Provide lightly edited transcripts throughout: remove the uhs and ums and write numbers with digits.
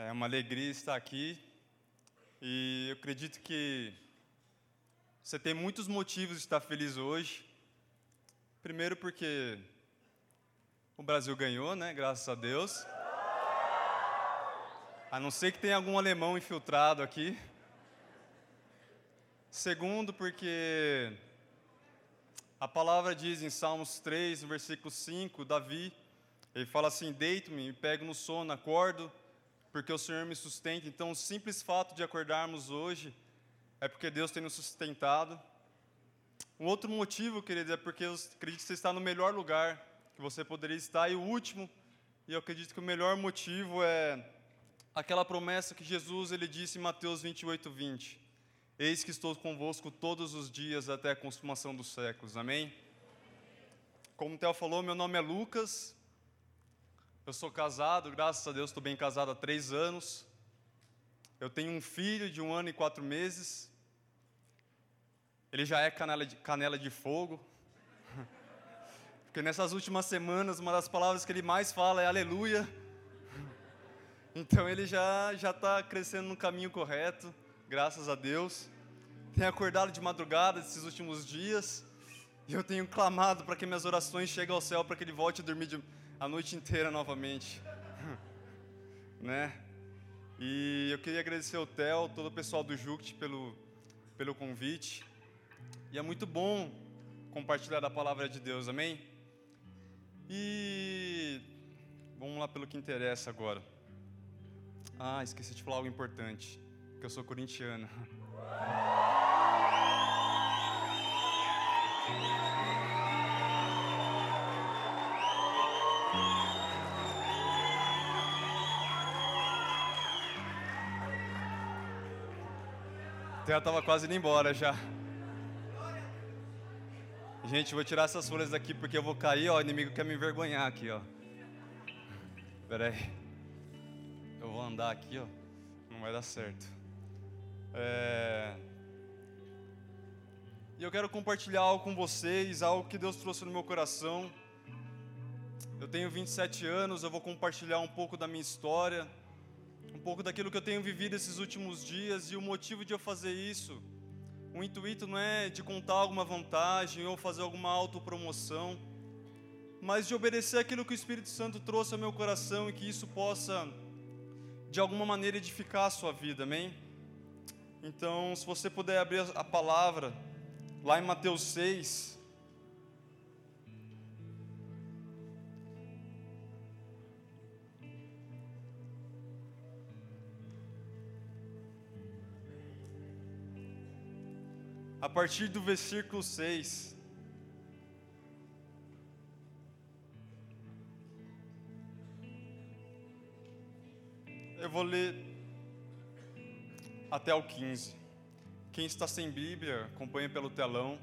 É uma alegria estar aqui e eu acredito que você tem muitos motivos de estar feliz hoje. Primeiro porque o Brasil ganhou, né? Graças a Deus. A não ser que tenha algum alemão infiltrado aqui. Segundo porque a palavra diz em Salmos 3, no versículo 5, Davi, ele fala assim: deito-me e pego no sono, acordo, porque o Senhor me sustenta. Então, o simples fato de acordarmos hoje é porque Deus tem nos sustentado. Um outro motivo, querido, é porque eu acredito que você está no melhor lugar que você poderia estar. E o último, e eu acredito que o melhor motivo é aquela promessa que Jesus ele disse em Mateus 28:20. Eis que estou convosco todos os dias até a consumação dos séculos. Amém? Como o Theo falou, meu nome é Lucas. Eu sou casado, graças a Deus estou bem casado há 3 anos. Eu tenho um filho de 1 ano e 4 meses. Ele já é canela de fogo. Porque nessas últimas semanas, uma das palavras que ele mais fala é aleluia. Então ele já está crescendo no caminho correto, graças a Deus. Tenho acordado de madrugada esses últimos dias. E eu tenho clamado para que minhas orações cheguem ao céu, para que ele volte a dormir a noite inteira novamente. Né? E eu queria agradecer ao Theo, todo o pessoal do Juct pelo convite. E é muito bom compartilhar a palavra de Deus, amém? E vamos lá pelo que interessa agora. Esqueci de falar algo importante, que eu sou corintiano. Eu estava quase indo embora já. Gente, eu vou tirar essas folhas daqui porque eu vou cair, ó, o inimigo quer me envergonhar aqui, ó. Espera aí. Eu vou andar aqui, ó. Não vai dar certo. E eu quero compartilhar algo com vocês, algo que Deus trouxe no meu coração. Eu tenho 27 anos, eu vou compartilhar um pouco da minha história, um pouco daquilo que eu tenho vivido esses últimos dias, e o motivo de eu fazer isso, o intuito não é de contar alguma vantagem ou fazer alguma autopromoção, mas de obedecer aquilo que o Espírito Santo trouxe ao meu coração e que isso possa, de alguma maneira, edificar a sua vida, amém? Então, se você puder abrir a palavra, lá em Mateus 6, a partir do versículo 6, eu vou ler até o 15. Quem está sem Bíblia, acompanha pelo telão,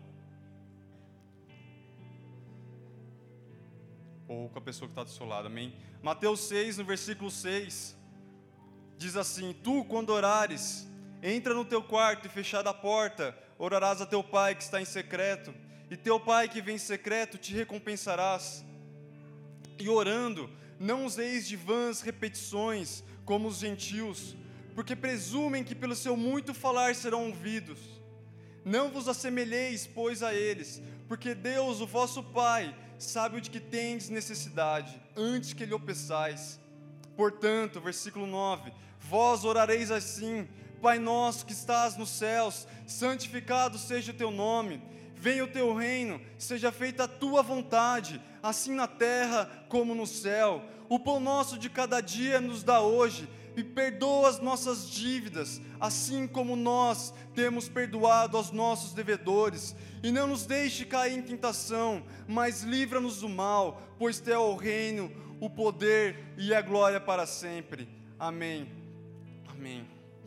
ou com a pessoa que está do seu lado, amém? Mateus 6, no versículo 6, diz assim: tu, quando orares, entra no teu quarto e fechada a porta, orarás a teu pai que está em secreto, e teu pai que vem em secreto te recompensarás. E orando, não useis de vãs repetições, como os gentios, porque presumem que pelo seu muito falar serão ouvidos. Não vos assemelheis, pois, a eles, porque Deus, o vosso Pai, sabe o de que tendes necessidade, antes que lhe o peçais. Portanto, versículo 9, vós orareis assim: Pai nosso que estás nos céus, santificado seja o teu nome, venha o teu reino, seja feita a tua vontade, assim na terra como no céu. O pão nosso de cada dia nos dá hoje, e perdoa as nossas dívidas, assim como nós temos perdoado aos nossos devedores. E não nos deixe cair em tentação, mas livra-nos do mal, pois teu é o reino, o poder e a glória para sempre. Amém. Amém.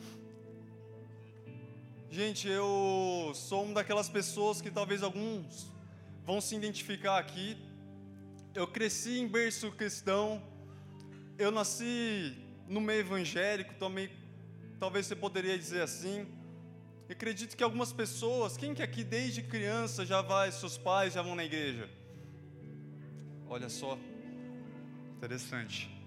Gente, eu sou uma daquelas pessoas que talvez alguns vão se identificar aqui. Eu cresci em berço cristão, eu nasci no meio evangélico, também, talvez você poderia dizer assim. Eu acredito que algumas pessoas, quem que aqui desde criança seus pais já vão na igreja? Olha só, interessante.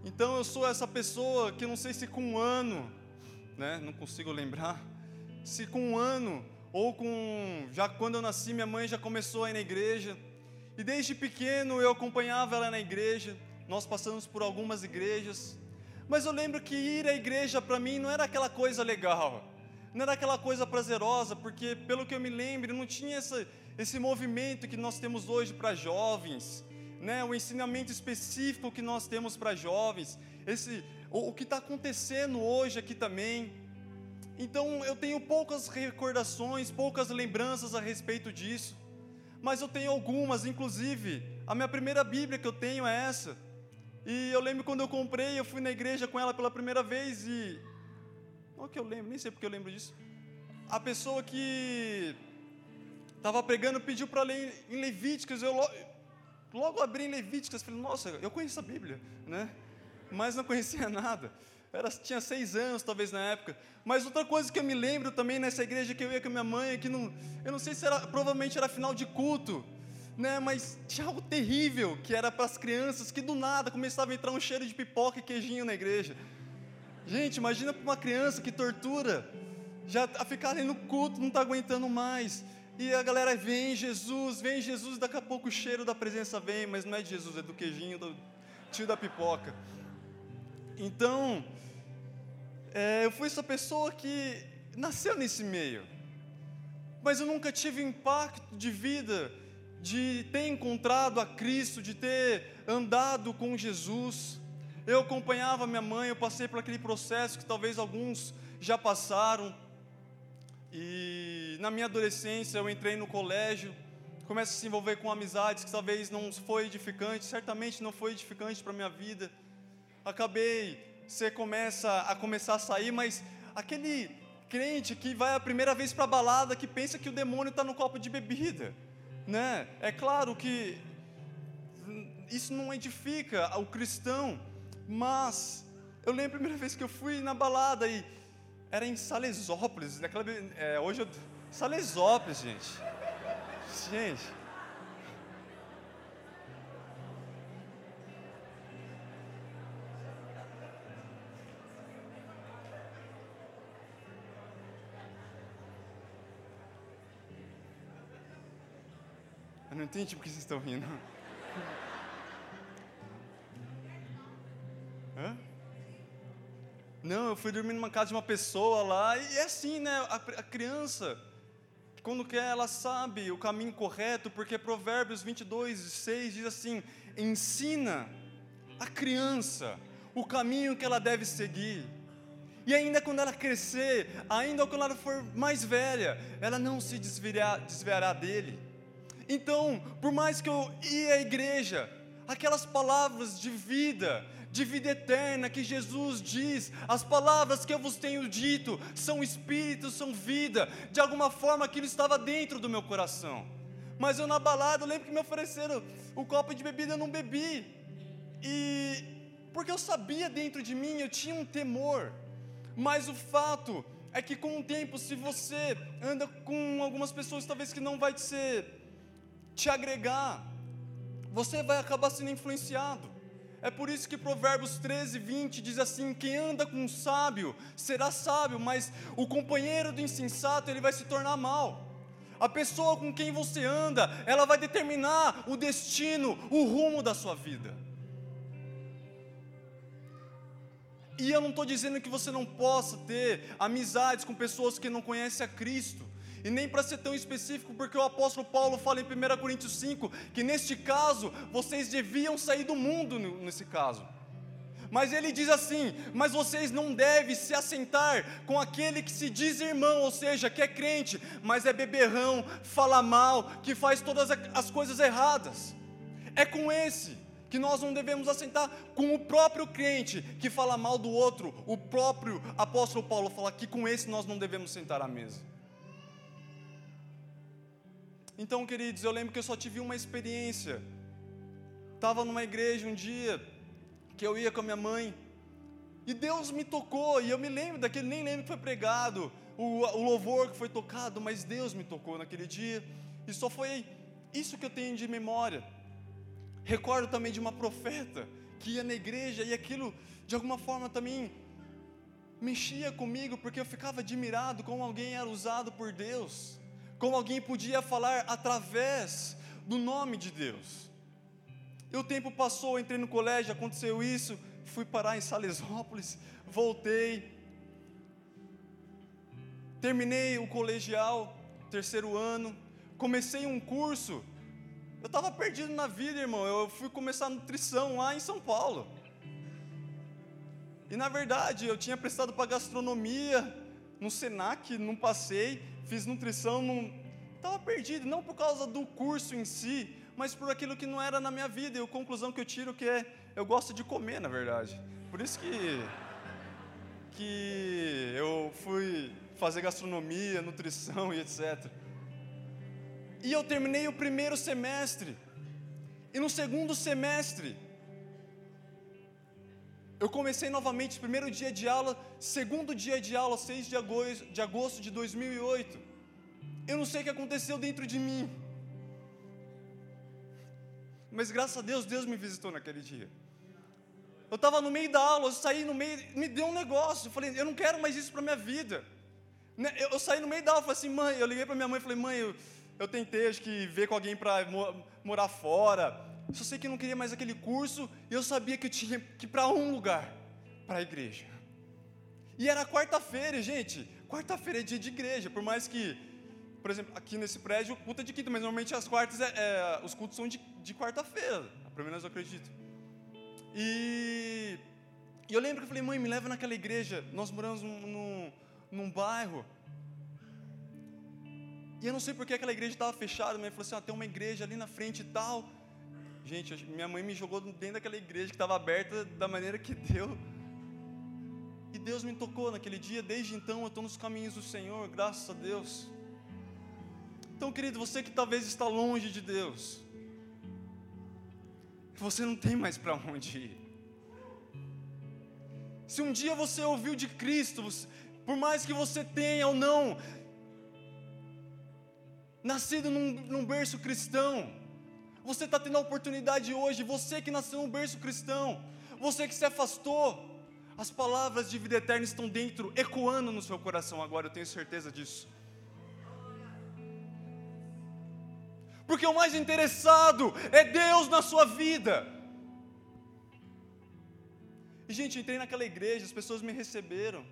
Então eu sou essa pessoa que eu não sei se com um ano, né, não consigo lembrar, se com um ano ou já quando eu nasci minha mãe já começou a ir na igreja, e desde pequeno eu acompanhava ela na igreja. Nós passamos por algumas igrejas, mas eu lembro que ir à igreja para mim não era aquela coisa legal, não era aquela coisa prazerosa, porque pelo que eu me lembro não tinha esse movimento que nós temos hoje para jovens, né? O ensinamento específico que nós temos para jovens, o que está acontecendo hoje aqui também. Então eu tenho poucas recordações, poucas lembranças a respeito disso, mas eu tenho algumas. Inclusive a minha primeira Bíblia que eu tenho é essa, e eu lembro quando eu comprei, eu fui na igreja com ela pela primeira vez, e não que eu lembro, nem sei porque eu lembro disso, a pessoa que estava pregando pediu para ler em Levíticos. Eu logo abri em Levíticos, falei, nossa, eu conheço a Bíblia, né? Mas não conhecia nada. Tinha 6 anos talvez na época. Mas outra coisa que eu me lembro também nessa igreja que eu ia com a minha mãe, que eu não sei se provavelmente era final de culto, né? Mas tinha algo terrível, que era para as crianças, que do nada começava a entrar um cheiro de pipoca e queijinho na igreja. Gente, imagina para uma criança que tortura, já a ficar ali no culto, não está aguentando mais. E a galera vem Jesus, daqui a pouco o cheiro da presença vem, mas não é de Jesus, é do queijinho, do tio da pipoca. Então, eu fui essa pessoa que nasceu nesse meio, mas eu nunca tive impacto de vida, de ter encontrado a Cristo, de ter andado com Jesus. Eu acompanhava minha mãe, eu passei por aquele processo que talvez alguns já passaram. E na minha adolescência eu entrei no colégio, começo a se envolver com amizades que talvez não foi edificante, certamente não foi edificante para a minha vida. Você começa a sair, mas aquele crente que vai a primeira vez para a balada, que pensa que o demônio está no copo de bebida, né? É claro que isso não edifica o cristão, mas eu lembro a primeira vez que eu fui na balada e era em Salesópolis, Salesópolis, gente. Eu não entendi por que vocês estão rindo. Hã? Não, eu fui dormir numa casa de uma pessoa lá, e é assim, né, a criança, quando quer, ela sabe o caminho correto, porque Provérbios 22:6 diz assim, ensina a criança o caminho que ela deve seguir, e ainda quando ela crescer, ainda quando ela for mais velha, ela não se desviará dele. Então, por mais que eu ia à igreja, aquelas palavras de vida eterna que Jesus diz, as palavras que eu vos tenho dito, são espírito, são vida, de alguma forma aquilo estava dentro do meu coração. Mas eu na balada, eu lembro que me ofereceram o copo de bebida, eu não bebi, e porque eu sabia dentro de mim, eu tinha um temor. Mas o fato é que com o tempo, se você anda com algumas pessoas talvez que não vai te agregar, você vai acabar sendo influenciado. É por isso que Provérbios 13:20 diz assim, quem anda com um sábio será sábio, mas o companheiro do insensato, ele vai se tornar mau. A pessoa com quem você anda, ela vai determinar o destino, o rumo da sua vida. E eu não estou dizendo que você não possa ter amizades com pessoas que não conhecem a Cristo, e nem para ser tão específico, porque o apóstolo Paulo fala em 1 Coríntios 5, que neste caso, vocês deviam sair do mundo nesse caso. Mas ele diz assim, mas vocês não devem se assentar com aquele que se diz irmão, ou seja, que é crente, mas é beberrão, fala mal, que faz todas as coisas erradas. É com esse que nós não devemos assentar, com o próprio crente que fala mal do outro. O próprio apóstolo Paulo fala que com esse nós não devemos sentar à mesa. Então, queridos, eu lembro que eu só tive uma experiência. Estava numa igreja um dia, que eu ia com a minha mãe, e Deus me tocou, e eu me lembro daquele, nem lembro que foi pregado, o louvor que foi tocado, mas Deus me tocou naquele dia, e só foi isso que eu tenho de memória. Recordo também de uma profeta, que ia na igreja, e aquilo de alguma forma também mexia comigo, porque eu ficava admirado como alguém era usado por Deus, como alguém podia falar através do nome de Deus. E o tempo passou, entrei no colégio, aconteceu isso, fui parar em Salesópolis, voltei, terminei o colegial, 3º ano, comecei um curso, eu estava perdido na vida, irmão, eu fui começar nutrição lá em São Paulo, e na verdade, eu tinha prestado para gastronomia, no Senac, não passei, fiz nutrição, estava perdido, não por causa do curso em si, mas por aquilo que não era na minha vida, e a conclusão que eu tiro que é, eu gosto de comer, na verdade, por isso que eu fui fazer gastronomia, nutrição e etc. E eu terminei o 1º semestre, e no 2º semestre, eu comecei novamente, 1º dia de aula, 2º dia de aula, 6 de agosto de 2008, eu não sei o que aconteceu dentro de mim, mas graças a Deus, Deus me visitou naquele dia. Eu estava no meio da aula, eu saí no meio, me deu um negócio, eu falei, eu não quero mais isso para a minha vida. Eu saí no meio da aula, falei assim, mãe, eu liguei para minha mãe e falei, mãe, eu tentei, acho que, ver com alguém para morar fora, eu só sei que eu não queria mais aquele curso, e eu sabia que eu tinha que ir para um lugar, para a igreja. E era quarta-feira, gente, quarta-feira é dia de igreja, por mais que, por exemplo, aqui nesse prédio, o culto é de quinta, mas normalmente as quartas, os cultos são de quarta-feira, pelo menos eu acredito. E eu lembro que eu falei, mãe, me leva naquela igreja, nós moramos num bairro, e eu não sei porque aquela igreja estava fechada, minha mãe falou assim, tem uma igreja ali na frente e tal. Gente, minha mãe me jogou dentro daquela igreja que estava aberta da maneira que deu, e Deus me tocou naquele dia, desde então eu estou nos caminhos do Senhor, graças a Deus. Então, querido, você que talvez está longe de Deus, você não tem mais para onde ir. Se um dia você ouviu de Cristo, por mais que você tenha ou não nascido num berço cristão, você está tendo a oportunidade hoje, você que nasceu num berço cristão, você que se afastou, as palavras de vida eterna estão dentro, ecoando no seu coração agora, eu tenho certeza disso. Porque o mais interessado é Deus na sua vida. E gente, eu entrei naquela igreja, as pessoas me receberam,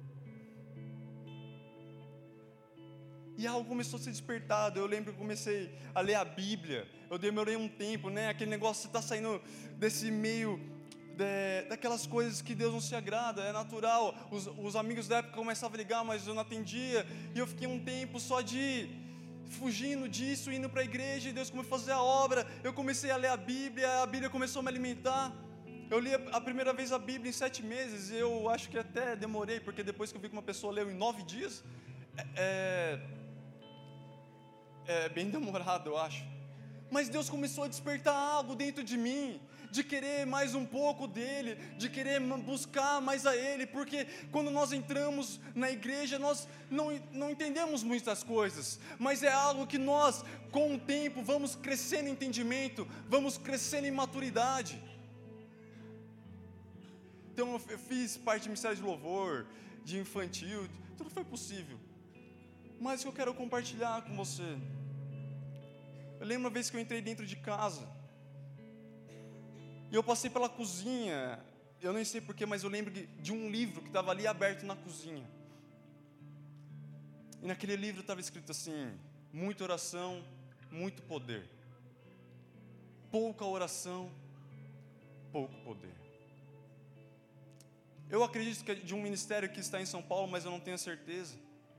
e algo começou a ser despertado. Eu lembro que eu comecei a ler a Bíblia, eu demorei um tempo, aquele negócio, você está saindo desse meio, daquelas coisas que Deus não se agrada, é natural, os amigos da época começavam a ligar, mas eu não atendia, e eu fiquei um tempo só fugindo disso, indo para a igreja, e Deus começou a fazer a obra, eu comecei a ler a Bíblia começou a me alimentar. Eu li a primeira vez a Bíblia em 7 meses, eu acho que até demorei, porque depois que eu vi que uma pessoa leu em 9 dias, é bem demorado, eu acho. Mas Deus começou a despertar algo dentro de mim, de querer mais um pouco dEle, de querer buscar mais a Ele, porque quando nós entramos na igreja, nós não entendemos muitas coisas, mas é algo que nós, com o tempo, vamos crescendo em entendimento, vamos crescendo em maturidade. Então eu fiz parte de ministério de louvor, de infantil, tudo foi possível. Mas o que eu quero compartilhar com você, eu lembro uma vez que eu entrei dentro de casa, e eu passei pela cozinha, eu nem sei porquê, mas eu lembro de um livro que estava ali aberto na cozinha, e naquele livro estava escrito assim, muita oração, muito poder, pouca oração, pouco poder. Eu acredito que é de um ministério que está em São Paulo, mas eu não tenho certeza.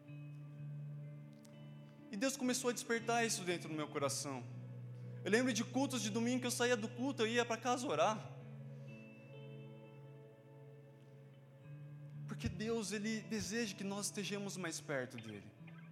E Deus começou a despertar isso dentro do meu coração. Eu lembro de cultos de domingo que eu saía do culto, eu ia para casa orar. Porque Deus, Ele deseja que nós estejamos mais perto dEle.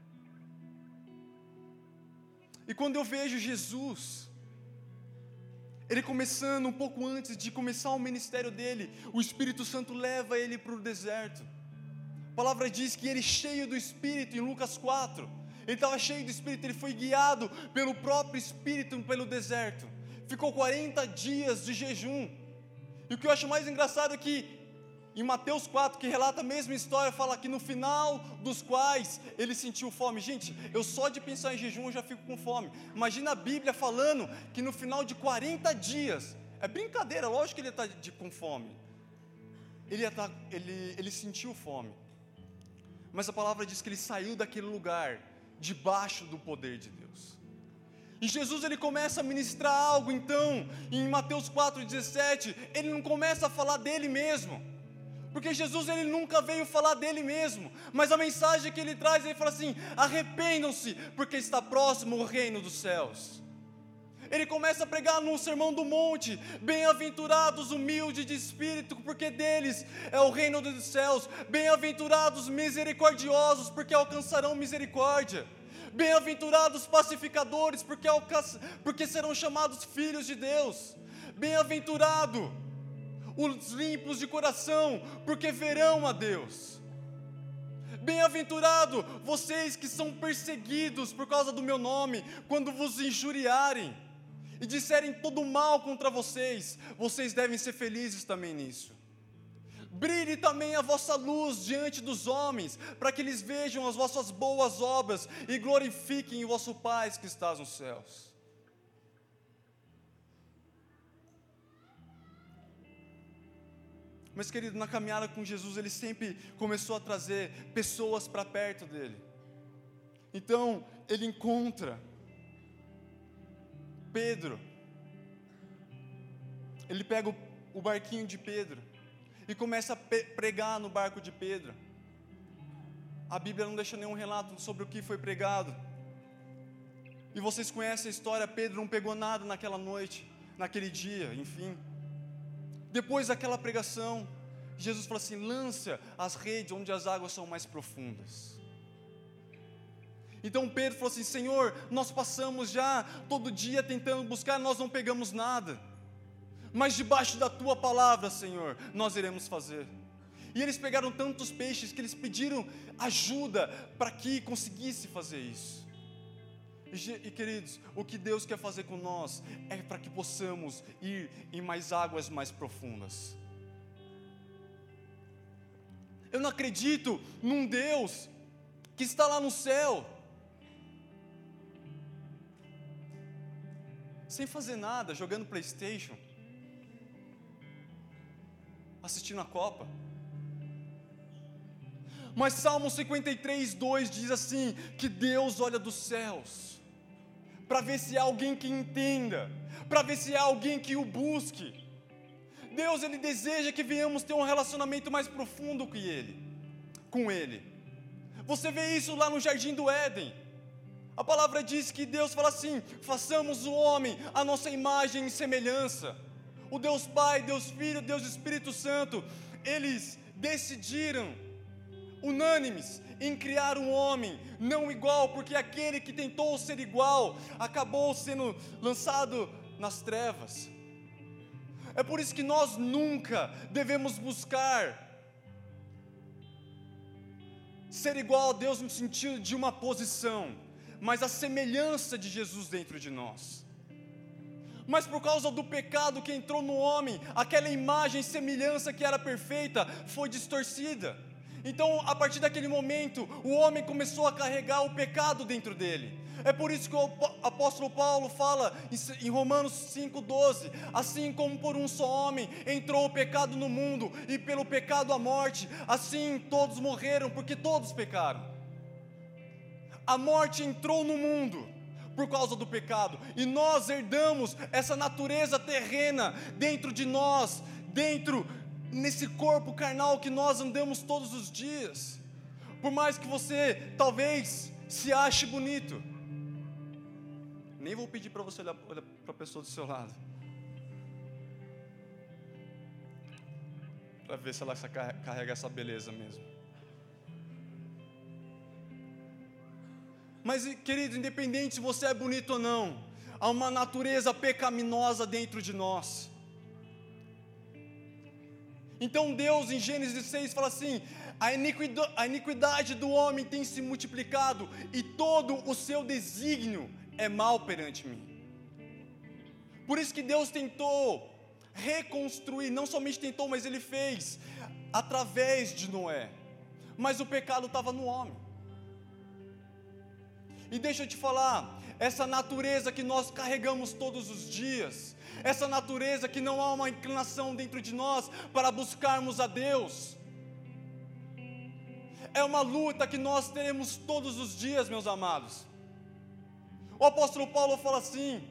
E quando eu vejo Jesus, Ele começando um pouco antes de começar o ministério dele, o Espírito Santo leva ele para o deserto. A palavra diz que ele, cheio do Espírito, em Lucas 4, ele estava cheio do Espírito, ele foi guiado pelo próprio Espírito pelo deserto. Ficou 40 dias de jejum. E o que eu acho mais engraçado é que em Mateus 4, que relata a mesma história, fala que no final dos quais ele sentiu fome. Gente, eu só de pensar em jejum eu já fico com fome. Imagina a Bíblia falando que no final de 40 dias, é brincadeira, lógico que ele está com fome. Ele sentiu fome. Mas a palavra diz que ele saiu daquele lugar, debaixo do poder de Deus. E Jesus ele começa a ministrar algo, então, em Mateus 4,17, ele não começa a falar dele mesmo. Porque Jesus ele nunca veio falar dele mesmo, mas a mensagem que ele traz, ele fala assim: arrependam-se, porque está próximo o reino dos céus. Ele começa a pregar no Sermão do Monte: bem-aventurados humildes de espírito, porque deles é o reino dos céus. Bem-aventurados misericordiosos, porque alcançarão misericórdia. Bem-aventurados pacificadores, porque serão chamados filhos de Deus. Bem-aventurado os limpos de coração, porque verão a Deus. Bem-aventurado vocês que são perseguidos por causa do meu nome, quando vos injuriarem e disserem todo mal contra vocês, vocês devem ser felizes também nisso. Brilhe também a vossa luz diante dos homens, para que eles vejam as vossas boas obras e glorifiquem o vosso Pai que está nos céus. Mas querido, na caminhada com Jesus, ele sempre começou a trazer pessoas para perto dele. Então, ele encontra Pedro. Ele pega o barquinho de Pedro e começa a pregar no barco de Pedro. A Bíblia não deixa nenhum relato sobre o que foi pregado. E vocês conhecem a história, Pedro não pegou nada naquela noite, naquele dia, enfim. Depois daquela pregação, Jesus falou assim: lança as redes onde as águas são mais profundas. Então Pedro falou assim: Senhor, nós passamos já todo dia tentando buscar, nós não pegamos nada, mas debaixo da Tua palavra, Senhor, nós iremos fazer. E eles pegaram tantos peixes que eles pediram ajuda para que conseguisse fazer isso. E queridos, o que Deus quer fazer com nós é para que possamos ir em mais águas mais profundas. Eu não acredito num Deus que está lá no céu, sem fazer nada, jogando PlayStation, assistindo a Copa. Mas Salmo 53:2 diz assim, que Deus olha dos céus para ver se há alguém que entenda, para ver se há alguém que o busque. Deus ele deseja que venhamos ter um relacionamento mais profundo com Ele. Você vê isso lá no Jardim do Éden. A palavra diz que Deus fala assim: façamos o homem à nossa imagem e semelhança. O Deus Pai, Deus Filho, Deus Espírito Santo, eles decidiram, unânimes, em criar um homem não igual, porque aquele que tentou ser igual acabou sendo lançado nas trevas. É por isso que nós nunca devemos buscar ser igual a Deus no sentido de uma posição, mas a semelhança de Jesus dentro de nós. Mas por causa do pecado que entrou no homem, aquela imagem e semelhança que era perfeita foi distorcida. Então, a partir daquele momento, o homem começou a carregar o pecado dentro dele. É por isso que o apóstolo Paulo fala em Romanos 5:12, assim como por um só homem entrou o pecado no mundo, e pelo pecado a morte, assim todos morreram, porque todos pecaram. A morte entrou no mundo por causa do pecado, e nós herdamos essa natureza terrena dentro de nós, nesse corpo carnal que nós andamos todos os dias. Por mais que você talvez se ache bonito, nem vou pedir para você olhar para a pessoa do seu lado, para ver se ela carrega essa beleza mesmo. Mas querido, independente se você é bonito ou não, há uma natureza pecaminosa dentro de nós. Então Deus em Gênesis 6 fala assim: a iniquidade do homem tem se multiplicado, e todo o seu desígnio é mal perante mim. Por isso que Deus tentou reconstruir, não somente tentou, mas ele fez através de Noé. Mas o pecado estava no homem. E deixa eu te falar, essa natureza que nós carregamos todos os dias, essa natureza que não há uma inclinação dentro de nós para buscarmos a Deus, é uma luta que nós teremos todos os dias, meus amados. O apóstolo Paulo fala assim: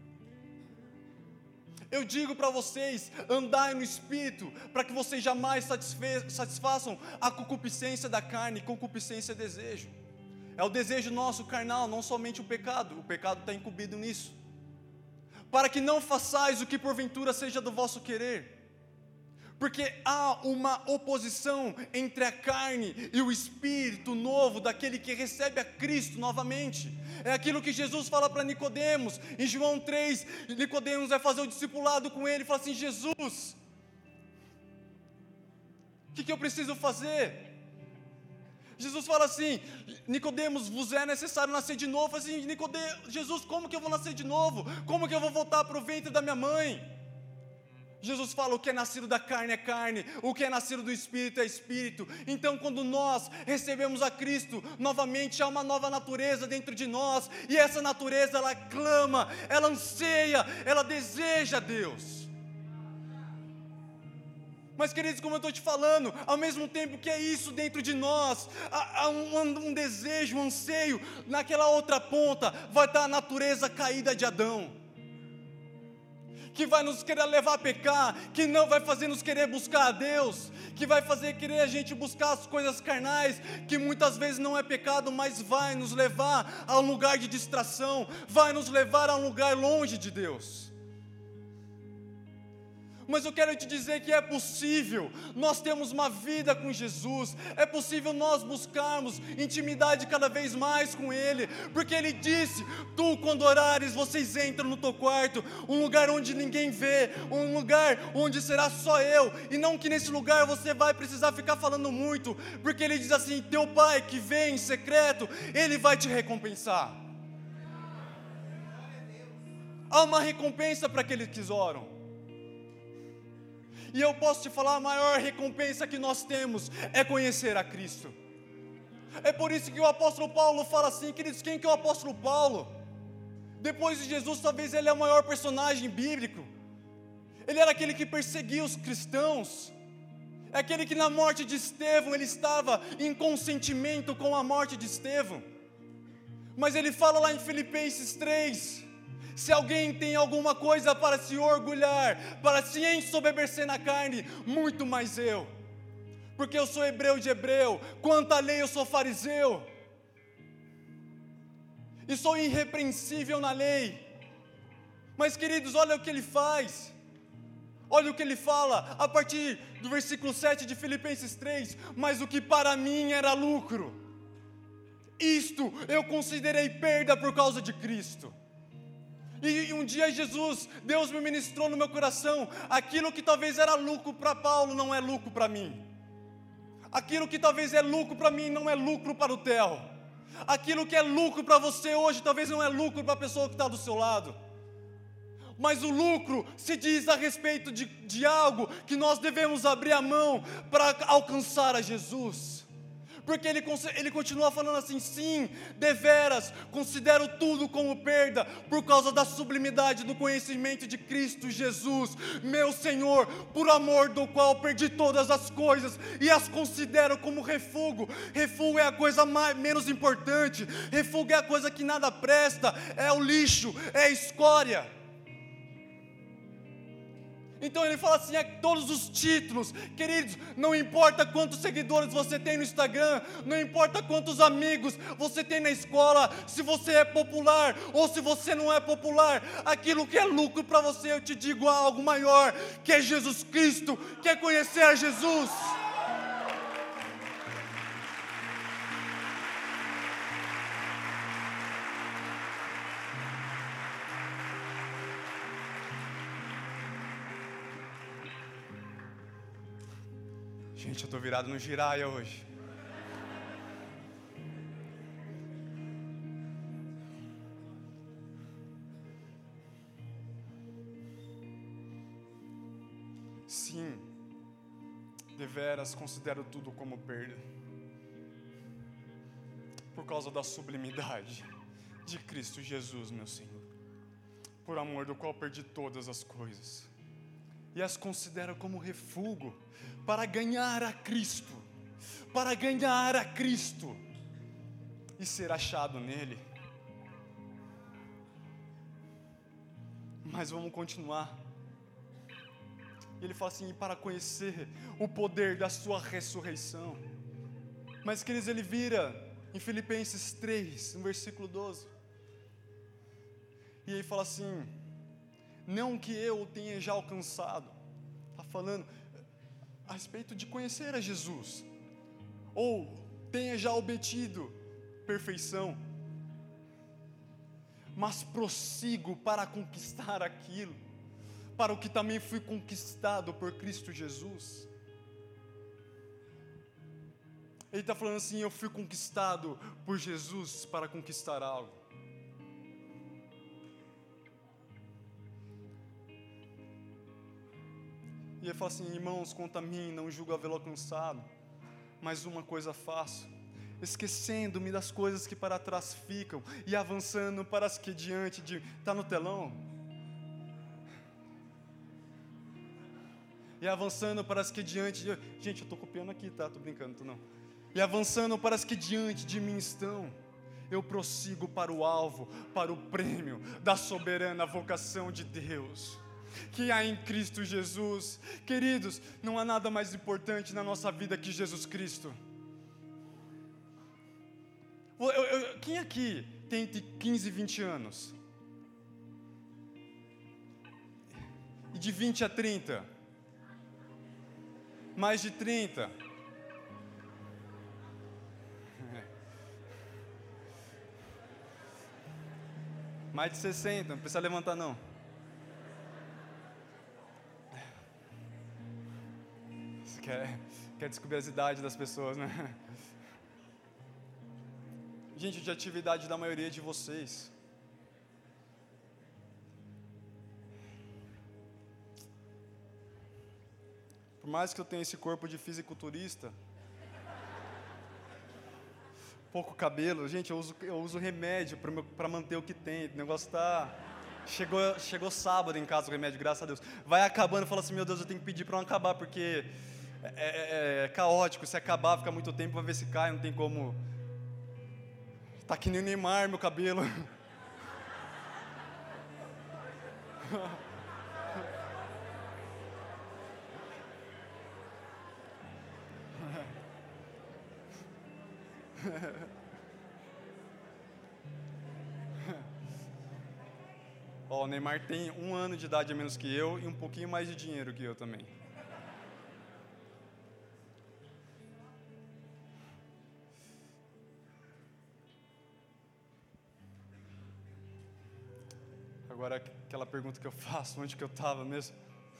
eu digo para vocês, andai no Espírito, para que vocês jamais satisfaçam a concupiscência da carne. Concupiscência é desejo, é o desejo nosso carnal, não somente o pecado está incumbido nisso. Para que não façais o que porventura seja do vosso querer, porque há uma oposição entre a carne e o Espírito novo, daquele que recebe a Cristo novamente. É aquilo que Jesus fala para Nicodemos, em João 3, Nicodemos vai fazer o discipulado com ele, e fala assim: Jesus, o que eu preciso fazer? Jesus fala assim: Nicodemos, vos é necessário nascer de novo. Fala assim: Nicodemos, Jesus, como que eu vou nascer de novo? Como que eu vou voltar para o ventre da minha mãe? Jesus fala: o que é nascido da carne é carne, o que é nascido do Espírito é Espírito. Então, quando nós recebemos a Cristo, novamente há uma nova natureza dentro de nós, e essa natureza, ela clama, ela anseia, ela deseja Deus. Mas, queridos, como eu estou te falando, ao mesmo tempo que é isso dentro de nós, há um desejo, um anseio, naquela outra ponta vai estar a natureza caída de Adão, que vai nos querer levar a pecar, que não vai fazer nos querer buscar a Deus, que vai fazer querer a gente buscar as coisas carnais, que muitas vezes não é pecado, mas vai nos levar a um lugar de distração, vai nos levar a um lugar longe de Deus. Mas eu quero te dizer que é possível nós termos uma vida com Jesus, é possível nós buscarmos intimidade cada vez mais com Ele, porque Ele disse: tu quando orares, vocês entram no teu quarto, um lugar onde ninguém vê, um lugar onde será só eu, e não que nesse lugar você vai precisar ficar falando muito, porque Ele diz assim: teu Pai que vê em secreto, Ele vai te recompensar. Há uma recompensa para aqueles que oram. E eu posso te falar, a maior recompensa que nós temos é conhecer a Cristo. É por isso que o apóstolo Paulo fala assim, queridos, quem que é o apóstolo Paulo? Depois de Jesus, talvez ele é o maior personagem bíblico. Ele era aquele que perseguia os cristãos. É aquele que na morte de Estevão, ele estava em consentimento com a morte de Estevão. Mas ele fala lá em Filipenses 3... se alguém tem alguma coisa para se orgulhar, para se ensoberbecer na carne, muito mais eu, porque eu sou hebreu de hebreu, quanto à lei eu sou fariseu, e sou irrepreensível na lei. Mas, queridos, olha o que ele faz, olha o que ele fala, a partir do versículo 7 de Filipenses 3, mas o que para mim era lucro, isto eu considerei perda por causa de Cristo. E um dia Deus me ministrou no meu coração, aquilo que talvez era lucro para Paulo não é lucro para mim, aquilo que talvez é lucro para mim não é lucro para o Theo, aquilo que é lucro para você hoje talvez não é lucro para a pessoa que está do seu lado, mas o lucro se diz a respeito de algo que nós devemos abrir a mão para alcançar a Jesus. Porque ele continua falando assim: sim, deveras, considero tudo como perda, por causa da sublimidade do conhecimento de Cristo Jesus, meu Senhor, por amor do qual perdi todas as coisas, e as considero como refúgio. Refúgio é a coisa menos importante, refúgio é a coisa que nada presta, é o lixo, é a escória. Então ele fala assim, todos os títulos, queridos, não importa quantos seguidores você tem no Instagram, não importa quantos amigos você tem na escola, se você é popular ou se você não é popular, aquilo que é lucro para você, eu te digo, há algo maior, que é Jesus Cristo, que é conhecer a Jesus. Gente, eu estou virado no giraia hoje. deveras considero tudo como perda, por causa da sublimidade de Cristo Jesus, meu Senhor, por amor do qual perdi todas as coisas, e as considero como refúgio, para ganhar a Cristo, e ser achado nele. Mas vamos continuar. Ele fala assim, para conhecer o poder da sua ressurreição. Mas, queridos, ele vira em Filipenses 3, no versículo 12. E ele fala assim, não que eu o tenha já alcançado. Está falando a respeito de conhecer a Jesus, ou tenha já obtido perfeição, mas prossigo para conquistar aquilo, para o que também fui conquistado por Cristo Jesus. Ele está falando assim, eu fui conquistado por Jesus para conquistar algo. E ele fala assim, irmãos, quanto a mim, não julgo havê-lo alcançado, mas uma coisa faço, esquecendo-me das coisas que para trás ficam, e avançando para as que diante de... Está no telão? E avançando para as que diante de... Gente, eu estou copiando aqui, tá? Estou brincando, tô não. E avançando para as que diante de mim estão, eu prossigo para o alvo, para o prêmio da soberana vocação de Deus, que há em Cristo Jesus. Queridos, não há nada mais importante na nossa vida que Jesus Cristo. Quem aqui tem entre 15 e 20 anos? E de 20 a 30? Mais de 30? Mais de 60, não precisa levantar não. Você quer descobrir as idades das pessoas, né? Gente, eu já tive a idade da maioria de vocês. Por mais que eu tenha esse corpo de fisiculturista, pouco cabelo, gente, eu uso remédio para manter o que tem. O negócio tá... Chegou sábado em casa o remédio, graças a Deus. Vai acabando, fala assim, meu Deus, eu tenho que pedir para não acabar, porque é caótico. Se acabar, fica muito tempo, vai ver se cai, não tem como... Tá que nem o Neymar, meu cabelo. Ó, o Neymar tem 1 ano de idade a menos que eu e um pouquinho mais de dinheiro que eu também. Agora, aquela pergunta que eu faço, onde que eu estava mesmo?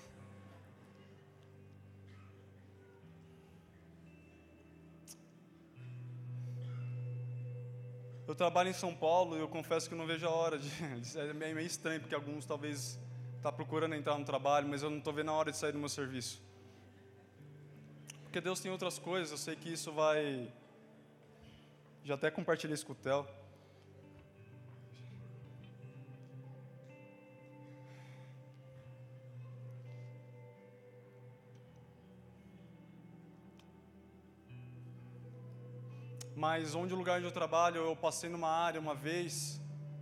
Eu trabalho em São Paulo e eu confesso que eu não vejo a hora de... É meio estranho, porque alguns talvez estão procurando entrar no trabalho, mas eu não estou vendo a hora de sair do meu serviço. Porque Deus tem outras coisas, eu sei que isso vai... Já até compartilhei isso com o Theo. Mas onde o lugar onde eu trabalho, eu passei numa área uma vez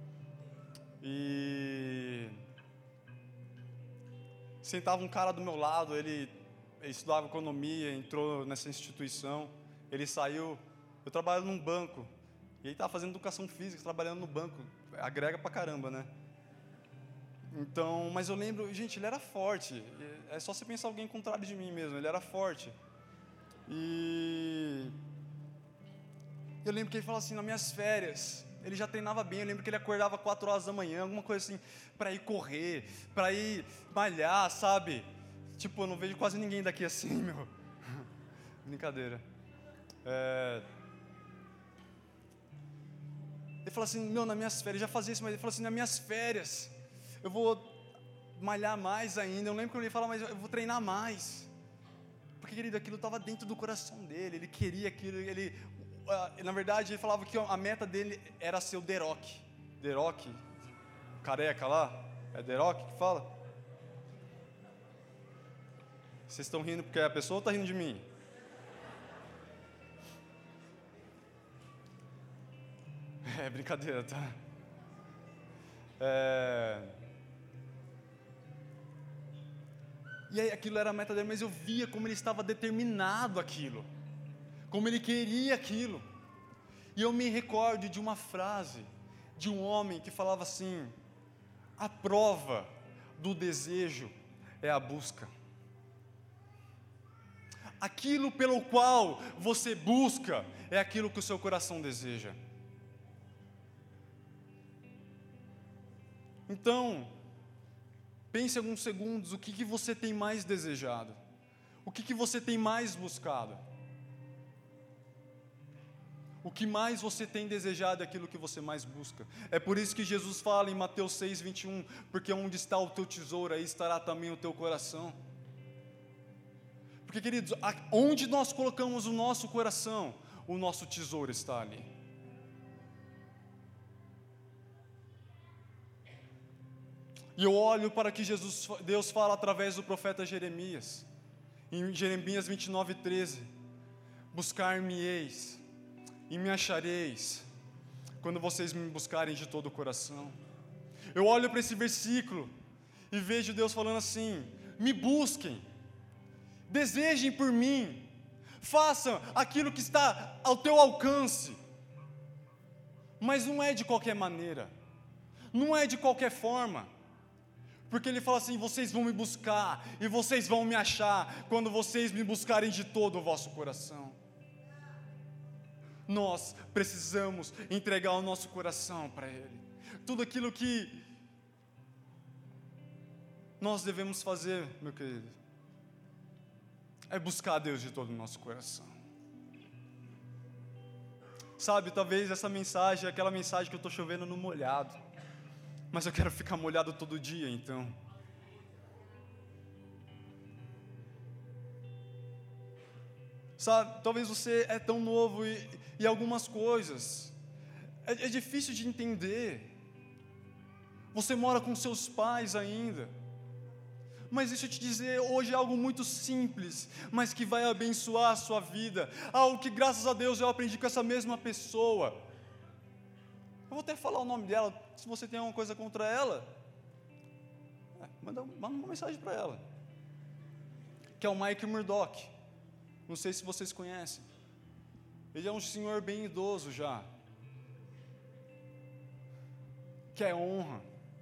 e sentava um cara do meu lado, ele estudava economia, entrou nessa instituição, ele saiu, eu trabalho num banco, e ele estava fazendo educação física, trabalhando no banco, agrega pra caramba, né? Então, mas eu lembro, gente, ele era forte, é só você pensar alguém contrário de mim mesmo, ele era forte, e... Eu lembro que ele falou assim, nas minhas férias, ele já treinava bem, eu lembro que ele acordava 4 horas da manhã, alguma coisa assim, para ir correr, para ir malhar, sabe? Tipo, eu não vejo quase ninguém daqui assim, meu. Brincadeira. Ele falou assim, meu, nas minhas férias, já fazia isso, mas ele falou assim, nas minhas férias, eu vou malhar mais ainda. Eu lembro que ele falava, mas eu vou treinar mais. Porque, querido, aquilo estava dentro do coração dele, ele queria aquilo, na verdade, ele falava que a meta dele era ser o Deroc, careca lá, é Deroc que fala? Vocês estão rindo porque é a pessoa ou está rindo de mim? É brincadeira, tá? E aí aquilo era a meta dele, mas eu via como ele estava determinado àquilo, como ele queria aquilo. E eu me recordo de uma frase de um homem que falava assim: a prova do desejo é a busca. Aquilo pelo qual você busca é aquilo que o seu coração deseja. Então, pense alguns segundos, o que você tem mais desejado? O que você tem mais buscado? O que mais você tem desejado é aquilo que você mais busca. É por isso que Jesus fala em Mateus 6:21, porque onde está o teu tesouro, aí estará também o teu coração. Porque, queridos, onde nós colocamos o nosso coração, o nosso tesouro está ali. E eu olho para que Deus fala através do profeta Jeremias, em Jeremias 29:13, buscar-me-eis e me achareis, quando vocês me buscarem de todo o coração. Eu olho para esse versículo e vejo Deus falando assim: me busquem, desejem por mim, façam aquilo que está ao teu alcance, mas não é de qualquer maneira, não é de qualquer forma, porque Ele fala assim: vocês vão me buscar e vocês vão me achar quando vocês me buscarem de todo o vosso coração. Nós precisamos entregar o nosso coração para Ele. Tudo aquilo que nós devemos fazer, meu querido, é buscar a Deus de todo o nosso coração. Sabe, talvez essa mensagem é aquela mensagem que eu estou chovendo no molhado, mas eu quero ficar molhado todo dia, então. Sabe, talvez você é tão novo e algumas coisas é difícil de entender. Você mora com seus pais ainda, mas deixa eu te dizer, hoje é algo muito simples, mas que vai abençoar a sua vida, algo que graças a Deus eu aprendi com essa mesma pessoa. Eu vou até falar o nome dela, se você tem alguma coisa contra ela, manda uma mensagem para ela, que é o Mike Murdock. Não sei se vocês conhecem. Ele é um senhor bem idoso já, que é honra.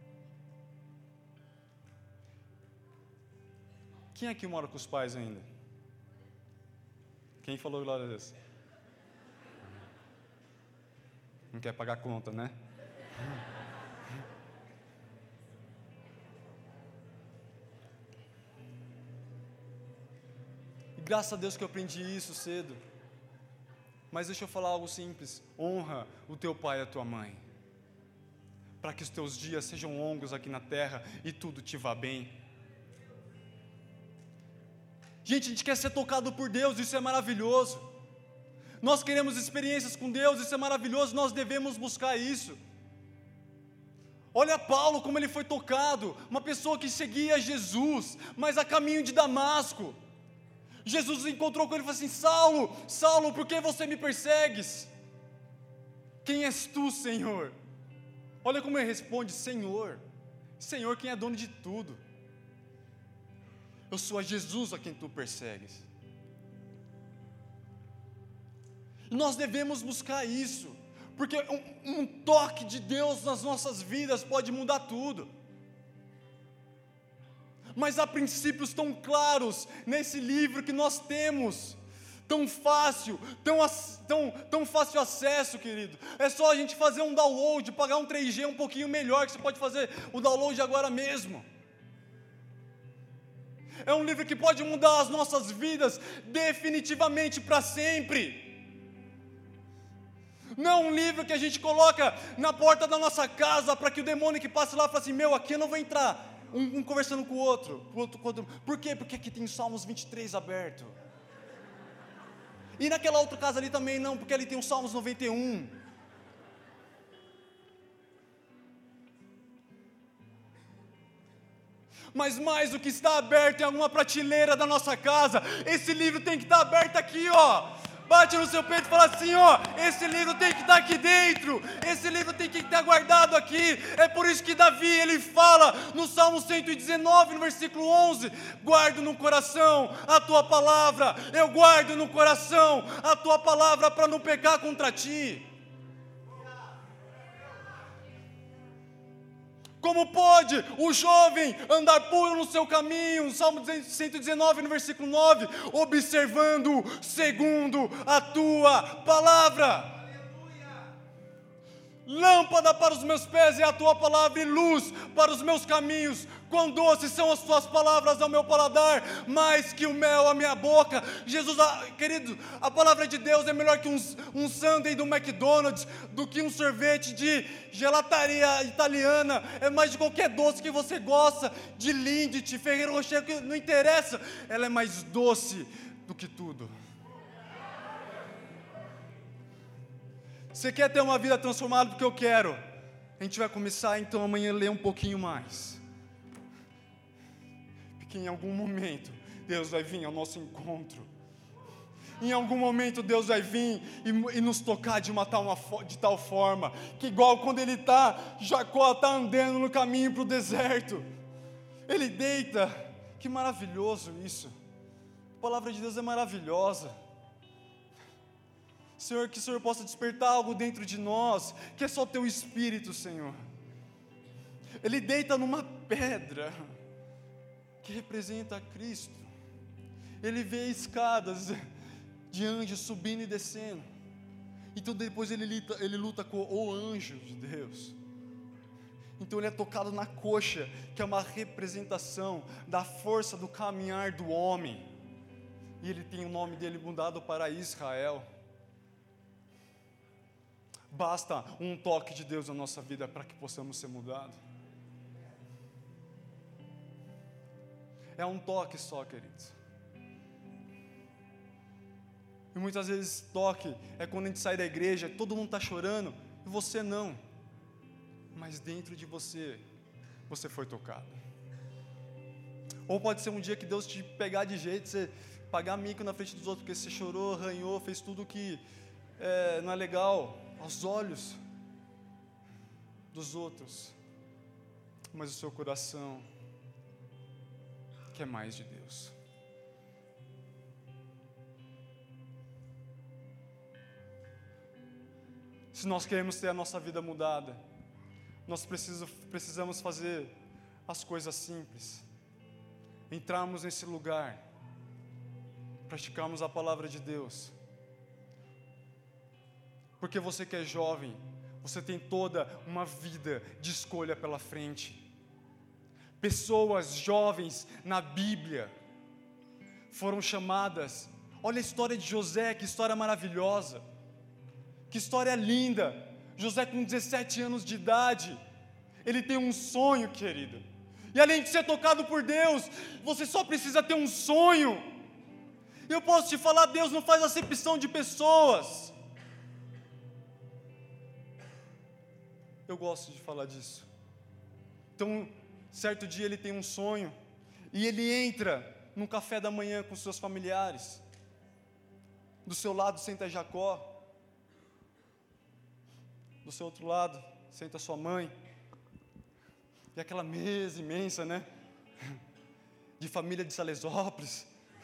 Quem aqui mora com os pais ainda? Quem falou glória a Deus? Não quer pagar conta, né? E graças a Deus que eu aprendi isso cedo. Mas deixa eu falar algo simples: honra o teu pai e a tua mãe, para que os teus dias sejam longos aqui na terra e tudo te vá bem. Gente, a gente quer ser tocado por Deus, isso é maravilhoso. Nós queremos experiências com Deus, isso é maravilhoso, nós devemos buscar isso. Olha Paulo como ele foi tocado, uma pessoa que seguia Jesus, mas a caminho de Damasco. Jesus encontrou com ele e falou assim: Saulo, Saulo, por que você me persegues? Quem és tu, Senhor? Olha como ele responde: Senhor, Senhor, quem é dono de tudo. Eu sou a Jesus a quem tu persegues. E nós devemos buscar isso, porque um toque de Deus nas nossas vidas pode mudar tudo. Mas há princípios tão claros nesse livro que nós temos, tão fácil acesso, querido. É só a gente fazer um download, pagar um 3G um pouquinho melhor, que você pode fazer o download agora mesmo. É um livro que pode mudar as nossas vidas definitivamente para sempre. Não é um livro que a gente coloca na porta da nossa casa para que o demônio que passe lá fale assim: meu, aqui eu não vou entrar. Um conversando com o outro. Por quê? Porque aqui tem Salmos 23 aberto. E naquela outra casa ali também não, porque ali tem o Salmos 91. Mas mais do que está aberto em alguma prateleira da nossa casa, esse livro tem que estar aberto aqui, ó. Bate no seu peito e fala assim, ó, esse livro tem que estar aqui dentro, esse livro tem que estar guardado aqui. É por isso que Davi, ele fala no Salmo 119, no versículo 11, guardo no coração a tua palavra, eu guardo no coração a tua palavra para não pecar contra ti. Como pode o jovem andar puro no seu caminho? Salmo 119, no versículo 9, observando segundo a tua palavra. Lâmpada para os meus pés é a tua palavra e luz para os meus caminhos. Quão doces são as tuas palavras ao meu paladar, mais que o mel à minha boca. Jesus, querido, a palavra de Deus é melhor que um sundae do McDonald's, do que um sorvete de gelataria italiana. É mais de qualquer doce que você gosta, de Lindt, Ferrero Rocher, que não interessa. Ela é mais doce do que tudo. Você quer ter uma vida transformada? Porque eu quero. A gente vai começar então amanhã a ler um pouquinho mais. Porque em algum momento Deus vai vir ao nosso encontro. Em algum momento Deus vai vir e nos tocar de tal forma que igual quando Jacó está andando no caminho para o deserto, ele deita. Que maravilhoso isso. A palavra de Deus é maravilhosa. Senhor, que o Senhor possa despertar algo dentro de nós, que é só Teu Espírito, Senhor. Ele deita numa pedra, que representa Cristo. Ele vê escadas de anjos subindo e descendo. Então depois ele luta com o anjo de Deus. Então ele é tocado na coxa, que é uma representação da força do caminhar do homem. E ele tem o nome dele mudado para Israel. Basta um toque de Deus na nossa vida para que possamos ser mudados. É um toque só, queridos. E muitas vezes toque é quando a gente sai da igreja, todo mundo está chorando, e você não. Mas dentro de você, você foi tocado. Ou pode ser um dia que Deus te pegar de jeito, você pagar mico na frente dos outros, porque você chorou, arranhou, fez tudo que não é legal aos olhos dos outros, mas o seu coração quer mais de Deus. Se nós queremos ter a nossa vida mudada, nós precisamos fazer as coisas simples, entrarmos nesse lugar, praticarmos a palavra de Deus. Porque você que é jovem, você tem toda uma vida de escolha pela frente. Pessoas jovens na Bíblia foram chamadas. Olha a história de José, que história maravilhosa, que história linda. José com 17 anos de idade, ele tem um sonho, querido. E além de ser tocado por Deus, você só precisa ter um sonho. Eu posso te falar, Deus não faz acepção de pessoas. Eu gosto de falar disso. Então, certo dia ele tem um sonho, e ele entra num café da manhã com seus familiares. Do seu lado senta Jacó, do seu outro lado senta sua mãe, e aquela mesa imensa, né? De família de Salesópolis.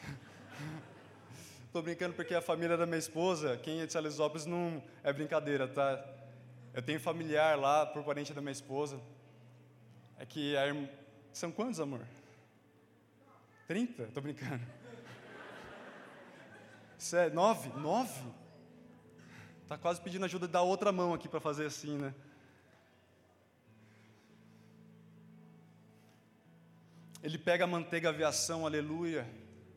Estou brincando porque a família da minha esposa, quem é de Salesópolis não é brincadeira, tá? Eu tenho familiar lá, por parente da minha esposa. É que são quantos, amor? 30? Estou brincando. 9? 9? Está quase pedindo ajuda da outra mão aqui para fazer assim, né? Ele pega a manteiga aviação, aleluia.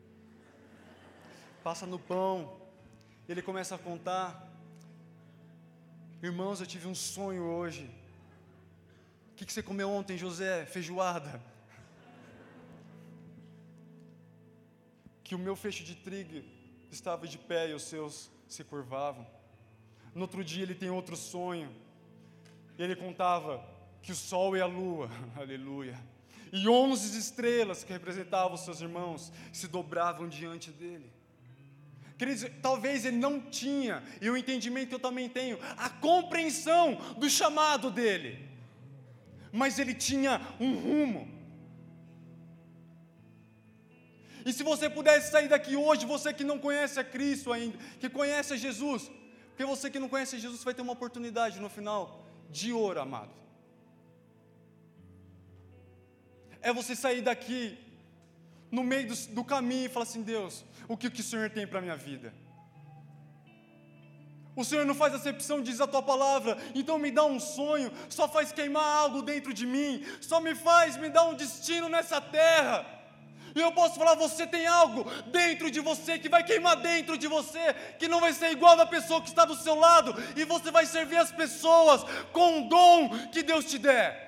Passa no pão. Ele começa a contar. Irmãos, eu tive um sonho hoje. O que você comeu ontem, José? Feijoada. Que o meu feixe de trigo estava de pé e os seus se curvavam. No outro dia ele tem outro sonho. Ele contava que o sol e a lua, aleluia, e 11 estrelas que representavam os seus irmãos se dobravam diante dele. Queridos, talvez ele não tinha, e o entendimento que eu também tenho, a compreensão do chamado dele, mas ele tinha um rumo. E se você pudesse sair daqui hoje, você que não conhece a Cristo ainda, que conhece a Jesus, porque você que não conhece Jesus vai ter uma oportunidade no final de ouro, amado. É você sair daqui, no meio do caminho, e falar assim: Deus, o que o Senhor tem para a minha vida? O Senhor não faz acepção, diz a tua palavra, então me dá um sonho, só faz queimar algo dentro de mim, só me dá um destino nessa terra. E eu posso falar: você tem algo dentro de você, que vai queimar dentro de você, que não vai ser igual da pessoa que está do seu lado, e você vai servir as pessoas com o dom que Deus te der.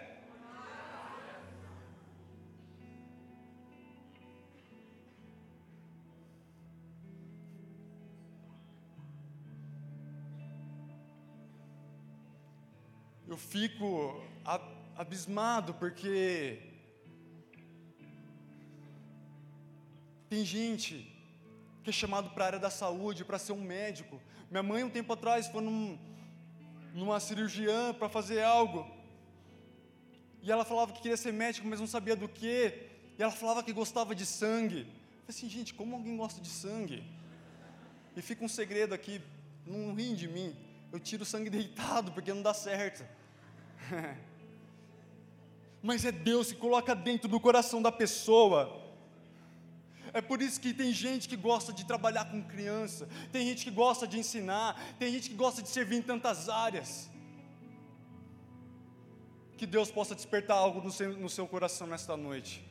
Eu fico abismado, porque tem gente que é chamado para a área da saúde, para ser um médico. Minha mãe, um tempo atrás, foi numa cirurgiã para fazer algo, e ela falava que queria ser médico, mas não sabia do que, e ela falava que gostava de sangue. Eu falei assim: gente, como alguém gosta de sangue? E fica um segredo aqui, não riem de mim, eu tiro sangue deitado, porque não dá certo. Mas é Deus que coloca dentro do coração da pessoa. É por isso que tem gente que gosta de trabalhar com criança, tem gente que gosta de ensinar, tem gente que gosta de servir em tantas áreas. Que Deus possa despertar algo no seu coração nesta noite.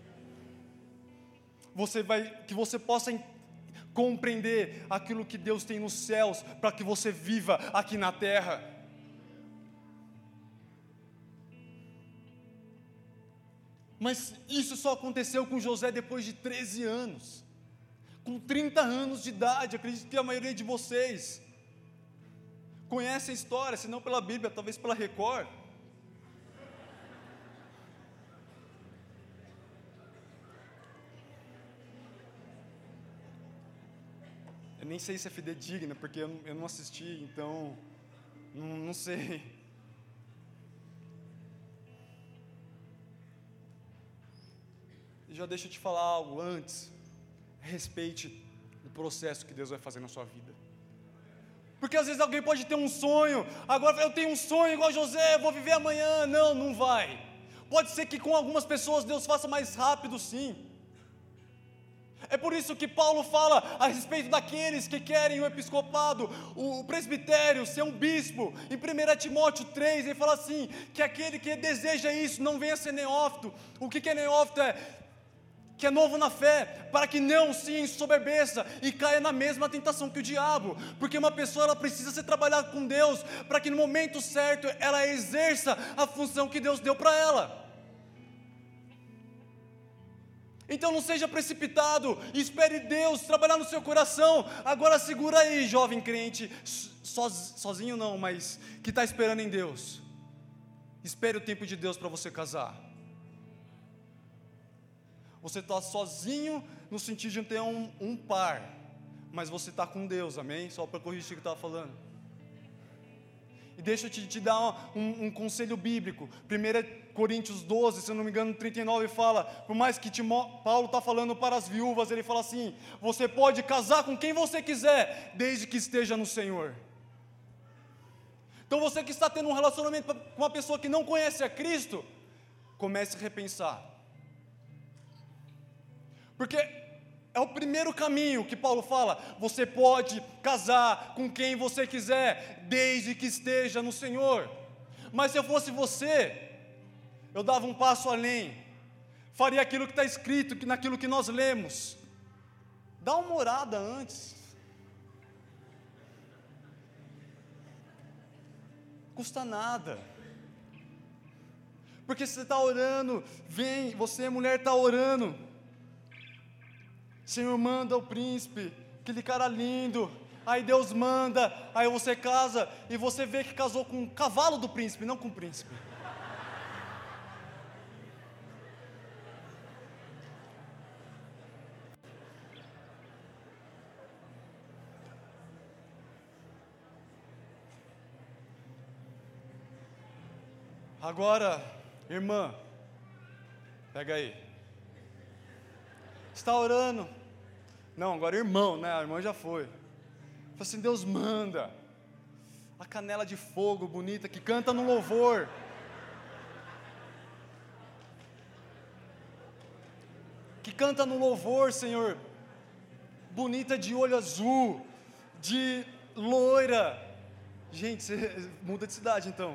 Que você possa compreender aquilo que Deus tem nos céus, para que você viva aqui na terra. Mas isso só aconteceu com José depois de 13 anos. Com 30 anos de idade, acredito que a maioria de vocês conhece a história, se não pela Bíblia, talvez pela Record. Eu nem sei se é fidedigna, porque eu não assisti, então não sei. E já deixa eu te falar algo antes. Respeite o processo que Deus vai fazer na sua vida. Porque às vezes alguém pode ter um sonho, agora eu tenho um sonho igual José, vou viver amanhã. Não vai. Pode ser que com algumas pessoas Deus faça mais rápido, sim. É por isso que Paulo fala a respeito daqueles que querem o episcopado, o presbitério, ser um bispo. Em 1 Timóteo 3, ele fala assim, que aquele que deseja isso não venha ser neófito. O que é neófito? Que é novo na fé, para que não se ensoberbeça e caia na mesma tentação que o diabo, porque uma pessoa ela precisa ser trabalhada com Deus, para que no momento certo ela exerça a função que Deus deu para ela. Então não seja precipitado, espere Deus trabalhar no seu coração. Agora segura aí, jovem crente, sozinho não, mas que está esperando em Deus. Espere o tempo de Deus para você casar. Você está sozinho no sentido de não ter um par, mas você está com Deus, amém? Só para corrigir o que eu estava falando. E deixa eu te dar um conselho bíblico. 1 Coríntios 12, se eu não me engano, 39 fala, por mais que Paulo está falando para as viúvas, ele fala assim: você pode casar com quem você quiser, desde que esteja no Senhor. Então você que está tendo um relacionamento com uma pessoa que não conhece a Cristo, comece a repensar. Porque é o primeiro caminho que Paulo fala, você pode casar com quem você quiser, desde que esteja no Senhor. Mas se eu fosse você, eu dava um passo além, faria aquilo que está escrito, naquilo que nós lemos. Dá uma orada antes. Custa nada. Porque você está orando, você mulher está orando, Senhor, manda o príncipe aquele cara lindo, aí Deus manda, aí você casa, e você vê que casou com um cavalo do príncipe, não com o príncipe. Agora, irmã, pega aí. Está orando? Não, agora irmão, né? A irmã já foi. Fala assim, Deus manda. A canela de fogo bonita que canta no louvor. Que canta no louvor, Senhor. Bonita de olho azul, de loira. Gente, você muda de cidade então.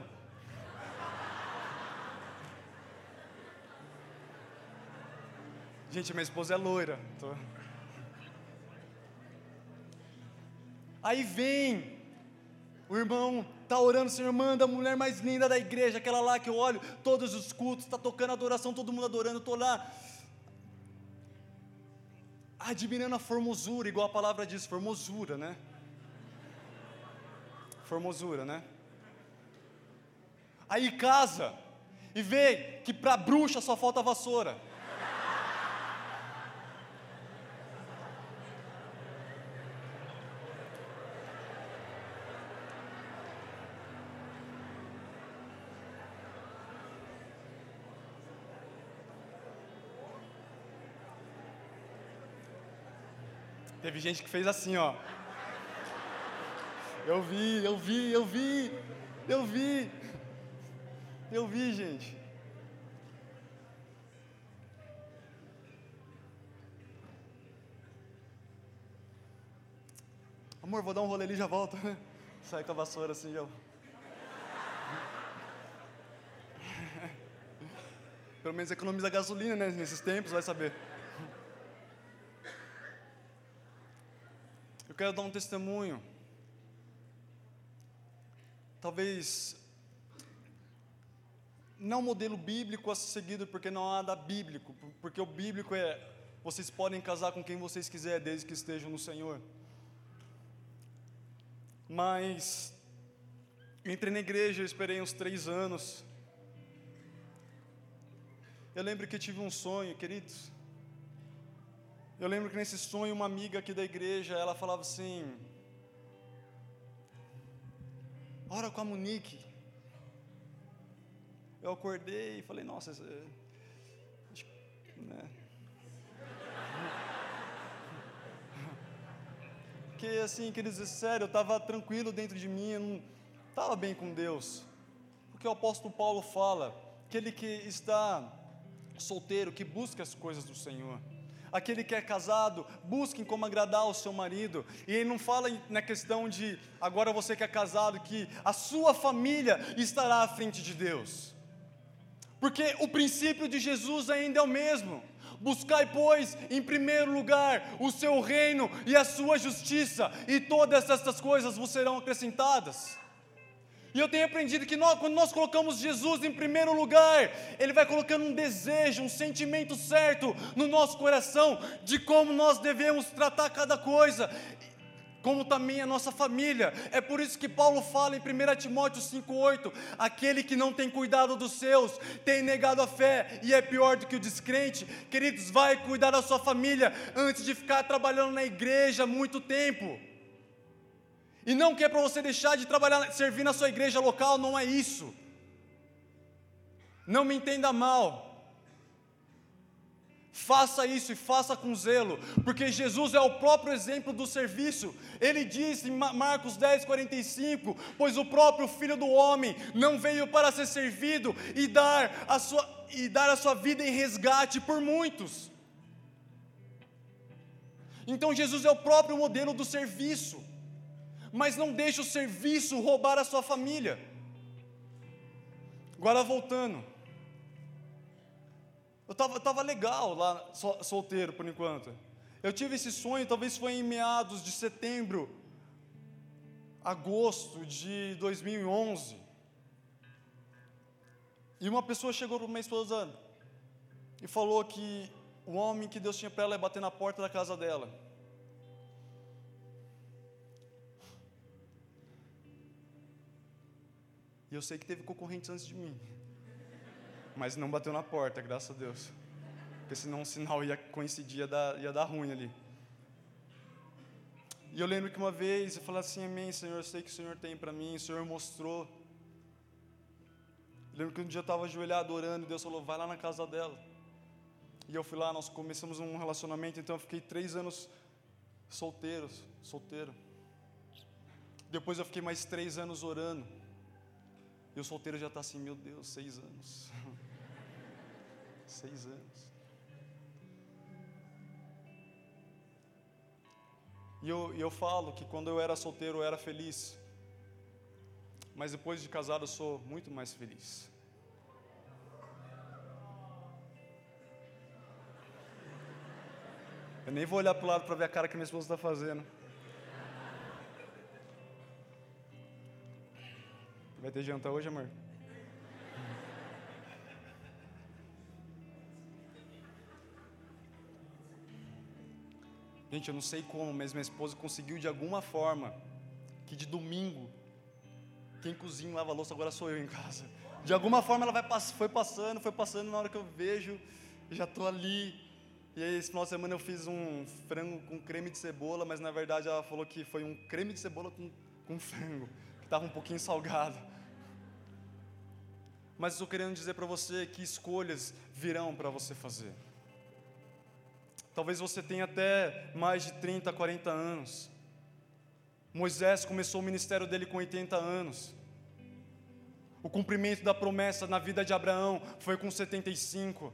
Gente, minha esposa é loira. Aí vem, o irmão está orando, Senhor, manda a mulher mais linda da igreja, aquela lá que eu olho, todos os cultos, está tocando adoração, todo mundo adorando, estou lá, admirando a formosura, igual a palavra diz, formosura, né? Formosura, né? Aí casa, e vê que para bruxa só falta vassoura. Teve gente que fez assim, ó. Eu vi, gente. Amor, vou dar um rolê ali e já volto. Sai com a vassoura assim, já. Pelo menos economiza gasolina, né? Nesses tempos, vai saber. Eu quero dar um testemunho. Talvez não modelo bíblico a ser seguido, porque não há nada bíblico, porque o bíblico é, vocês podem casar com quem vocês quiserem, desde que estejam no Senhor. Mas, entrei na igreja, eu esperei uns 3 anos. Eu lembro que eu tive um sonho, queridos. Eu lembro que nesse sonho, uma amiga aqui da igreja, ela falava assim, ora com a Monique. Eu acordei e falei, nossa, né? Porque assim, queridos, sério, eu estava tranquilo dentro de mim, eu não estava bem com Deus. Porque o apóstolo Paulo fala, aquele que está solteiro, que busca as coisas do Senhor. Aquele que é casado, busquem como agradar o seu marido. E ele não fala na questão de, agora você que é casado, que a sua família estará à frente de Deus. Porque o princípio de Jesus ainda é o mesmo. Buscai, pois, em primeiro lugar, o seu reino e a sua justiça, e todas essas coisas vos serão acrescentadas. E eu tenho aprendido que quando nós colocamos Jesus em primeiro lugar, Ele vai colocando um desejo, um sentimento certo no nosso coração, de como nós devemos tratar cada coisa, como também a nossa família. É por isso que Paulo fala em 1 Timóteo 5,8, aquele que não tem cuidado dos seus, tem negado a fé, e é pior do que o descrente. Queridos, vai cuidar da sua família, antes de ficar trabalhando na igreja muito tempo. E não que é para você deixar de trabalhar, servir na sua igreja local, não é isso. Não me entenda mal. Faça isso e faça com zelo, porque Jesus é o próprio exemplo do serviço. Ele disse em Marcos 10:45, pois o próprio Filho do Homem não veio para ser servido e dar a sua vida em resgate por muitos. Então Jesus é o próprio modelo do serviço. Mas não deixe o serviço roubar a sua família. Agora voltando. Eu estava legal lá, solteiro por enquanto. Eu tive esse sonho, talvez foi em meados de setembro, agosto de 2011. E uma pessoa chegou para minha esposa e falou que o homem que Deus tinha para ela ia bater na porta da casa dela. E eu sei que teve concorrentes antes de mim. Mas não bateu na porta, graças a Deus. Porque senão o sinal ia coincidir, ia dar ruim ali. E eu lembro que uma vez eu falei assim, amém, Senhor, eu sei que o Senhor tem para mim, o Senhor mostrou. Eu lembro que um dia eu estava ajoelhado orando, e Deus falou, vai lá na casa dela. E eu fui lá, nós começamos um relacionamento, então eu fiquei 3 anos solteiro. Depois eu fiquei mais 3 anos orando. E o solteiro já está assim, meu Deus, 6 anos. 6 anos. E eu falo que quando eu era solteiro eu era feliz. Mas depois de casado eu sou muito mais feliz. Eu nem vou olhar para o lado para ver a cara que minha esposa está fazendo. Vai ter janta hoje, amor? Gente, eu não sei como, mas minha esposa conseguiu de alguma forma que de domingo, quem cozinha e lava a louça agora sou eu em casa. De alguma forma ela foi passando, na hora que eu vejo, eu já estou ali. E aí esse final de semana eu fiz um frango com creme de cebola, mas na verdade ela falou que foi um creme de cebola com frango, que estava um pouquinho salgado. Mas estou querendo dizer para você que escolhas virão para você fazer. Talvez você tenha até mais de 30, 40 anos. Moisés começou o ministério dele com 80 anos. O cumprimento da promessa na vida de Abraão foi com 75.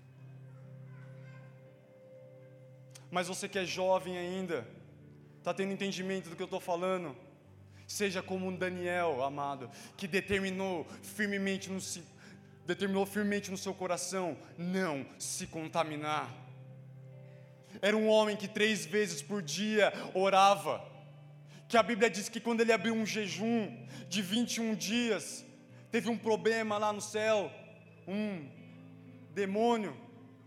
Mas você que é jovem ainda, está tendo entendimento do que eu estou falando? Seja como um Daniel, amado, que determinou firmemente no seu coração não se contaminar. Era um homem que 3 vezes por dia orava, que a Bíblia diz que quando ele abriu um jejum de 21 dias, teve um problema lá no céu, um demônio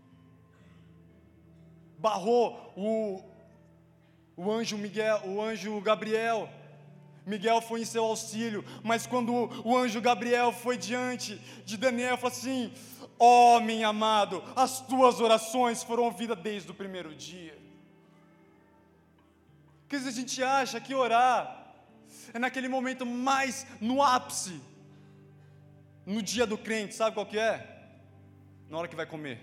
barrou o anjo Gabriel. Miguel foi em seu auxílio, mas quando o anjo Gabriel foi diante de Daniel, falou assim, homem amado, as tuas orações foram ouvidas desde o primeiro dia. Porque a gente acha que orar é naquele momento mais no ápice, no dia do crente, sabe qual que é? Na hora que vai comer.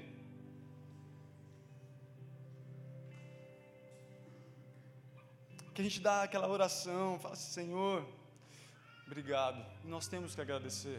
Que a gente dá aquela oração, fala assim, Senhor, obrigado, e nós temos que agradecer.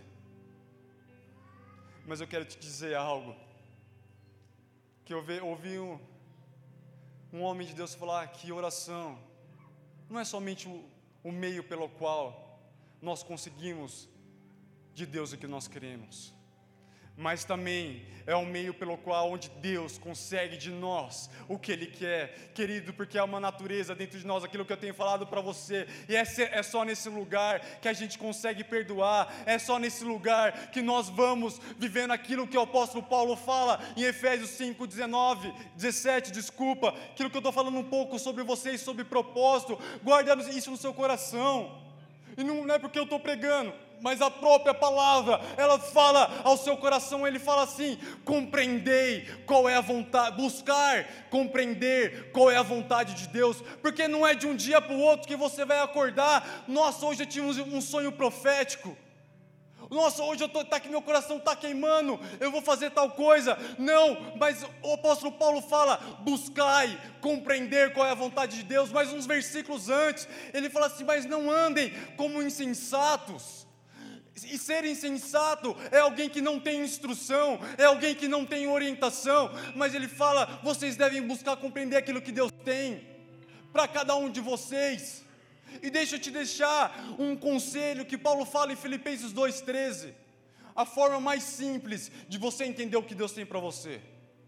Mas eu quero te dizer algo, que eu ouvi um homem de Deus falar que oração não é somente o meio pelo qual nós conseguimos de Deus o que nós queremos, mas também é o meio pelo qual onde Deus consegue de nós o que Ele quer, querido, porque há uma natureza dentro de nós, aquilo que eu tenho falado para você, e é só nesse lugar que a gente consegue perdoar, é só nesse lugar que nós vamos vivendo aquilo que o apóstolo Paulo fala em Efésios 17, aquilo que eu estou falando um pouco sobre vocês, sobre propósito, guarda isso no seu coração, e não é porque eu estou pregando, mas a própria palavra, ela fala ao seu coração, ele fala assim, compreendei qual é a vontade, buscar compreender qual é a vontade de Deus, porque não é de um dia para o outro que você vai acordar, nossa, hoje eu tive um sonho profético, nossa, hoje aqui meu coração está queimando, eu vou fazer tal coisa, não, mas o apóstolo Paulo fala, buscai compreender qual é a vontade de Deus, mas uns versículos antes, ele fala assim, mas não andem como insensatos. E ser insensato é alguém que não tem instrução, é alguém que não tem orientação, mas ele fala, vocês devem buscar compreender aquilo que Deus tem para cada um de vocês. E deixa eu te deixar um conselho que Paulo fala em Filipenses 2,13, a forma mais simples de você entender o que Deus tem para você.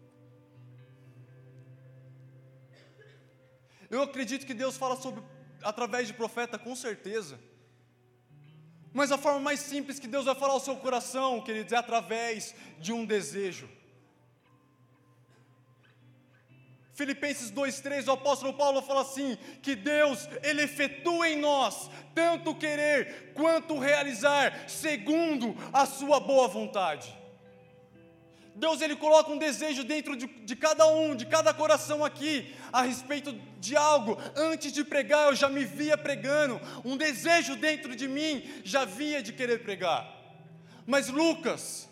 Eu acredito que Deus fala através de profeta, com certeza. Mas a forma mais simples que Deus vai falar ao seu coração, queridos, é através de um desejo. Filipenses 2:3, o apóstolo Paulo fala assim, que Deus, Ele efetua em nós, tanto querer quanto realizar, segundo a sua boa vontade. Deus, Ele coloca um desejo dentro de cada um, de cada coração aqui, a respeito de algo. Antes de pregar, eu já me via pregando, um desejo dentro de mim, já via de querer pregar. Mas Lucas,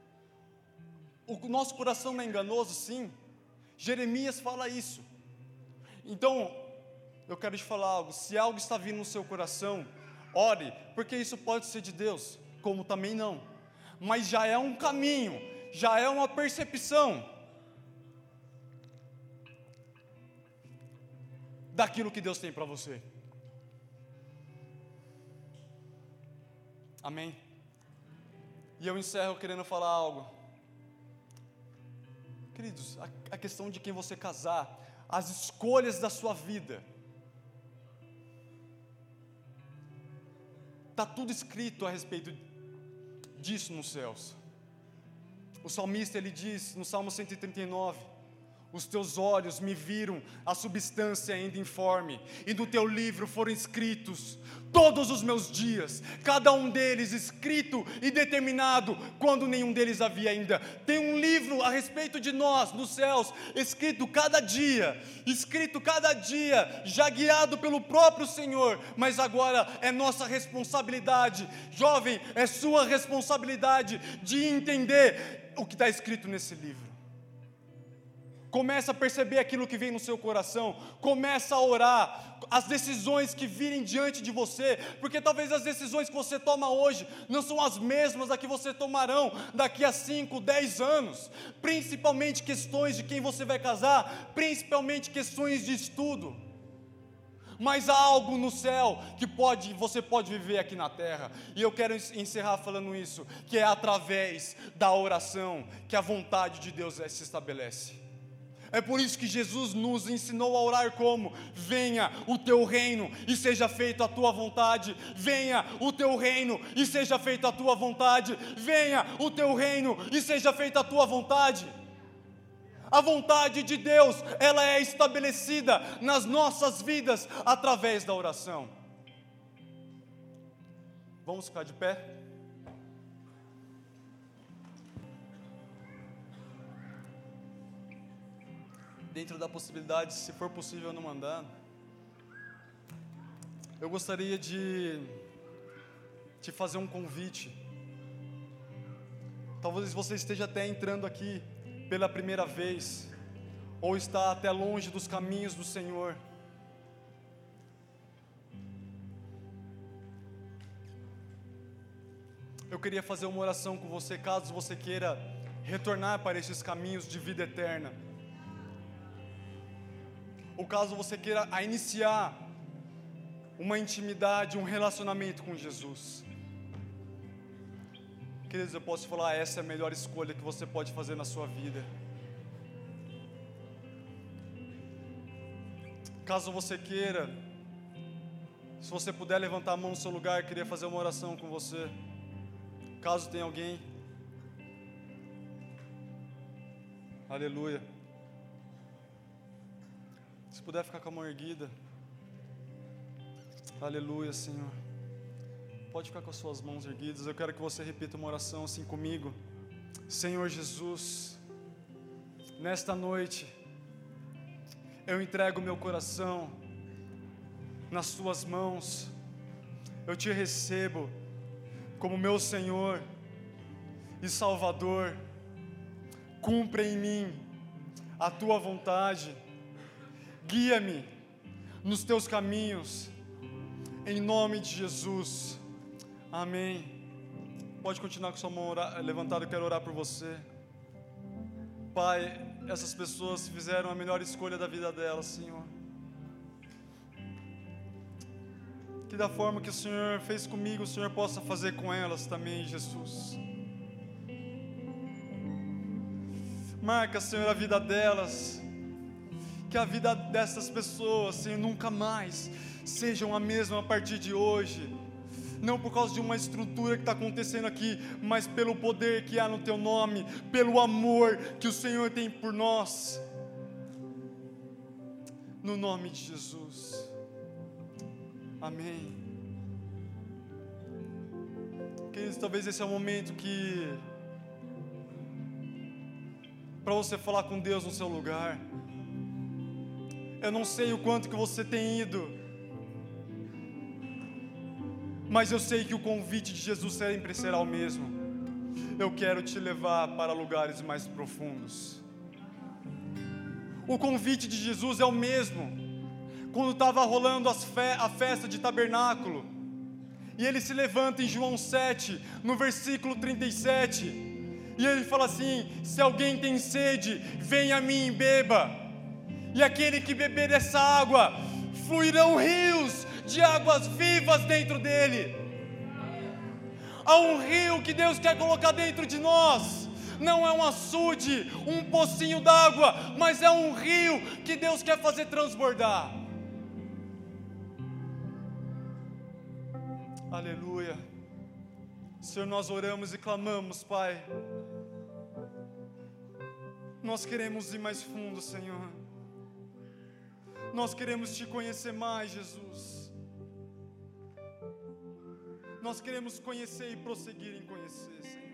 o nosso coração não é enganoso, sim. Jeremias fala isso. Então, eu quero te falar algo, se algo está vindo no seu coração, ore, porque isso pode ser de Deus, como também não. Mas já é um caminho, já é uma percepção daquilo que Deus tem para você. Amém? E eu encerro querendo falar algo. Queridos, a questão de quem você casar, as escolhas da sua vida, está tudo escrito a respeito disso nos céus. O salmista, ele diz no Salmo 139, os teus olhos me viram a substância ainda informe, e no teu livro foram escritos todos os meus dias, cada um deles escrito e determinado, quando nenhum deles havia ainda. Tem um livro a respeito de nós, nos céus, escrito cada dia, já guiado pelo próprio Senhor, mas agora é nossa responsabilidade, jovem, é sua responsabilidade de entender o que está escrito nesse livro. Começa a perceber aquilo que vem no seu coração, começa a orar, as decisões que virem diante de você, porque talvez as decisões que você toma hoje, não são as mesmas a que você tomarão daqui a 5, 10 anos, principalmente questões de quem você vai casar, principalmente questões de estudo, mas há algo no céu que você pode viver aqui na terra, e eu quero encerrar falando isso, que é através da oração, que a vontade de Deus se estabelece. É por isso que Jesus nos ensinou a orar como: venha o teu reino e seja feita a tua vontade, venha o teu reino e seja feita a tua vontade, venha o teu reino e seja feita a tua vontade. A vontade de Deus, ela é estabelecida nas nossas vidas através da oração. Vamos ficar de pé? Dentro da possibilidade, se for possível não mandar, eu gostaria de te fazer um convite. Talvez você esteja até entrando aqui pela primeira vez, ou está até longe dos caminhos do Senhor. Eu queria fazer uma oração com você, caso você queira retornar para esses caminhos de vida eterna, ou caso você queira iniciar uma intimidade, um relacionamento com Jesus. Queridos, eu posso falar, essa é a melhor escolha que você pode fazer na sua vida. Caso você queira, se você puder levantar a mão no seu lugar, eu queria fazer uma oração com você. Caso tenha alguém. Aleluia. Se puder ficar com a mão erguida. Aleluia, Senhor. Pode ficar com as suas mãos erguidas. Eu quero que você repita uma oração assim comigo. Senhor Jesus, nesta noite, eu entrego meu coração nas tuas mãos. Eu te recebo como meu Senhor e Salvador. Cumpra em mim a tua vontade. Guia-me nos teus caminhos, em nome de Jesus, amém. Pode continuar com sua mão levantada, eu quero orar por você. Pai, essas pessoas fizeram a melhor escolha da vida delas, Senhor. Que da forma que o Senhor fez comigo, o Senhor possa fazer com elas também, Jesus. Marca, Senhor, a vida delas. Que a vida dessas pessoas, Senhor, nunca mais sejam a mesma a partir de hoje. Não por causa de uma estrutura que está acontecendo aqui, mas pelo poder que há no Teu nome, pelo amor que o Senhor tem por nós. no nome de Jesus. Amém. Queridos, talvez esse é o momento para você falar com Deus no seu lugar. Eu não sei o quanto que você tem ido, mas eu sei que o convite de Jesus sempre será o mesmo. Eu quero te levar para lugares mais profundos. O convite de Jesus é o mesmo quando estava rolando a festa de tabernáculo, e ele se levanta em João 7, no versículo 37, e ele fala assim: se alguém tem sede, venha a mim e beba, e aquele que beber dessa água, fluirão rios de águas vivas dentro dele. Há um rio que Deus quer colocar dentro de nós. Não é um açude, um pocinho d'água, mas é um rio que Deus quer fazer transbordar. Aleluia. Senhor, nós oramos e clamamos, Pai. Nós queremos ir mais fundo, Senhor. Nós queremos te conhecer mais, Jesus. Nós queremos conhecer e prosseguir em conhecer, Senhor.